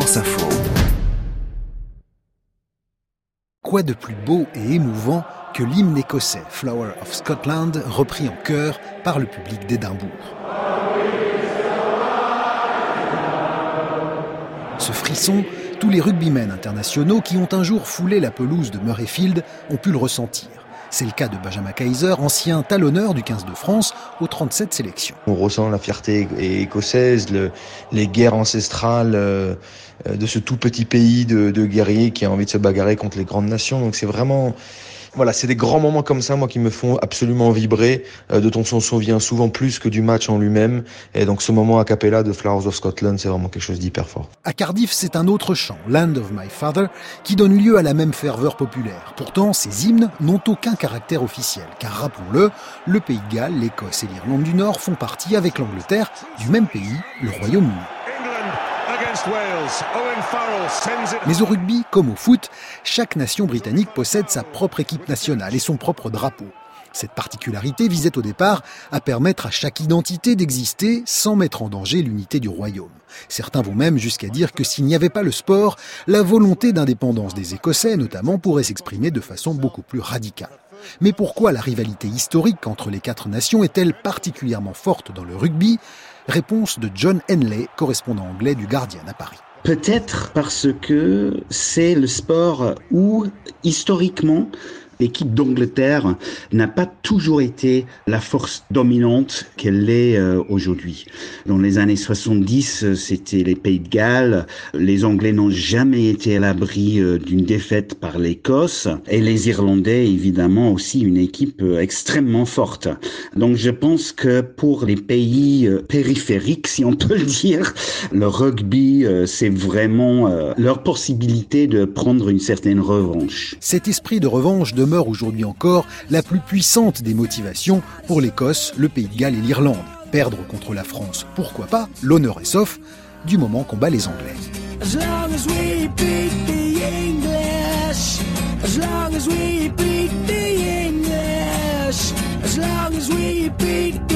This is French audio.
France Info. Quoi de plus beau et émouvant que l'hymne écossais Flower of Scotland, repris en chœur par le public d'Édimbourg. Ce frisson, tous les rugbymen internationaux qui ont un jour foulé la pelouse de Murrayfield ont pu le ressentir. C'est le cas de Benjamin Kaiser, ancien talonneur du 15 de France aux 37 sélections. On ressent la fierté écossaise, les guerres ancestrales de ce tout petit pays de guerriers qui a envie de se bagarrer contre les grandes nations. Donc c'est vraiment... Voilà, c'est des grands moments comme ça, moi, qui me font absolument vibrer, dont on s'en souvient souvent plus que du match en lui-même. Et donc ce moment a cappella de Flowers of Scotland, c'est vraiment quelque chose d'hyper fort. À Cardiff, c'est un autre chant, Land of My Father, qui donne lieu à la même ferveur populaire. Pourtant, ces hymnes n'ont aucun caractère officiel, car rappelons-le, le Pays de Galles, l'Écosse et l'Irlande du Nord font partie, avec l'Angleterre, du même pays, le Royaume-Uni. Mais au rugby, comme au foot, chaque nation britannique possède sa propre équipe nationale et son propre drapeau. Cette particularité visait au départ à permettre à chaque identité d'exister sans mettre en danger l'unité du royaume. Certains vont même jusqu'à dire que s'il n'y avait pas le sport, la volonté d'indépendance des Écossais notamment pourrait s'exprimer de façon beaucoup plus radicale. Mais pourquoi la rivalité historique entre les quatre nations est-elle particulièrement forte dans le rugby ? Réponse de John Henley, correspondant anglais du Guardian à Paris. Peut-être parce que c'est le sport où, historiquement, l'équipe d'Angleterre n'a pas toujours été la force dominante qu'elle est aujourd'hui. Dans les années 70, c'était les Pays de Galles. Les Anglais n'ont jamais été à l'abri d'une défaite par l'Écosse. Et les Irlandais, évidemment, aussi une équipe extrêmement forte. Donc je pense que pour les pays périphériques, si on peut le dire, le rugby, c'est vraiment leur possibilité de prendre une certaine revanche. Cet esprit de revanche demeure aujourd'hui encore la plus puissante des motivations pour l'Écosse, le Pays de Galles et l'Irlande. Perdre contre la France, pourquoi pas, l'honneur est sauf, du moment qu'on bat les Anglais. As long as we beat the English, as long as we beat the English, as long as we beat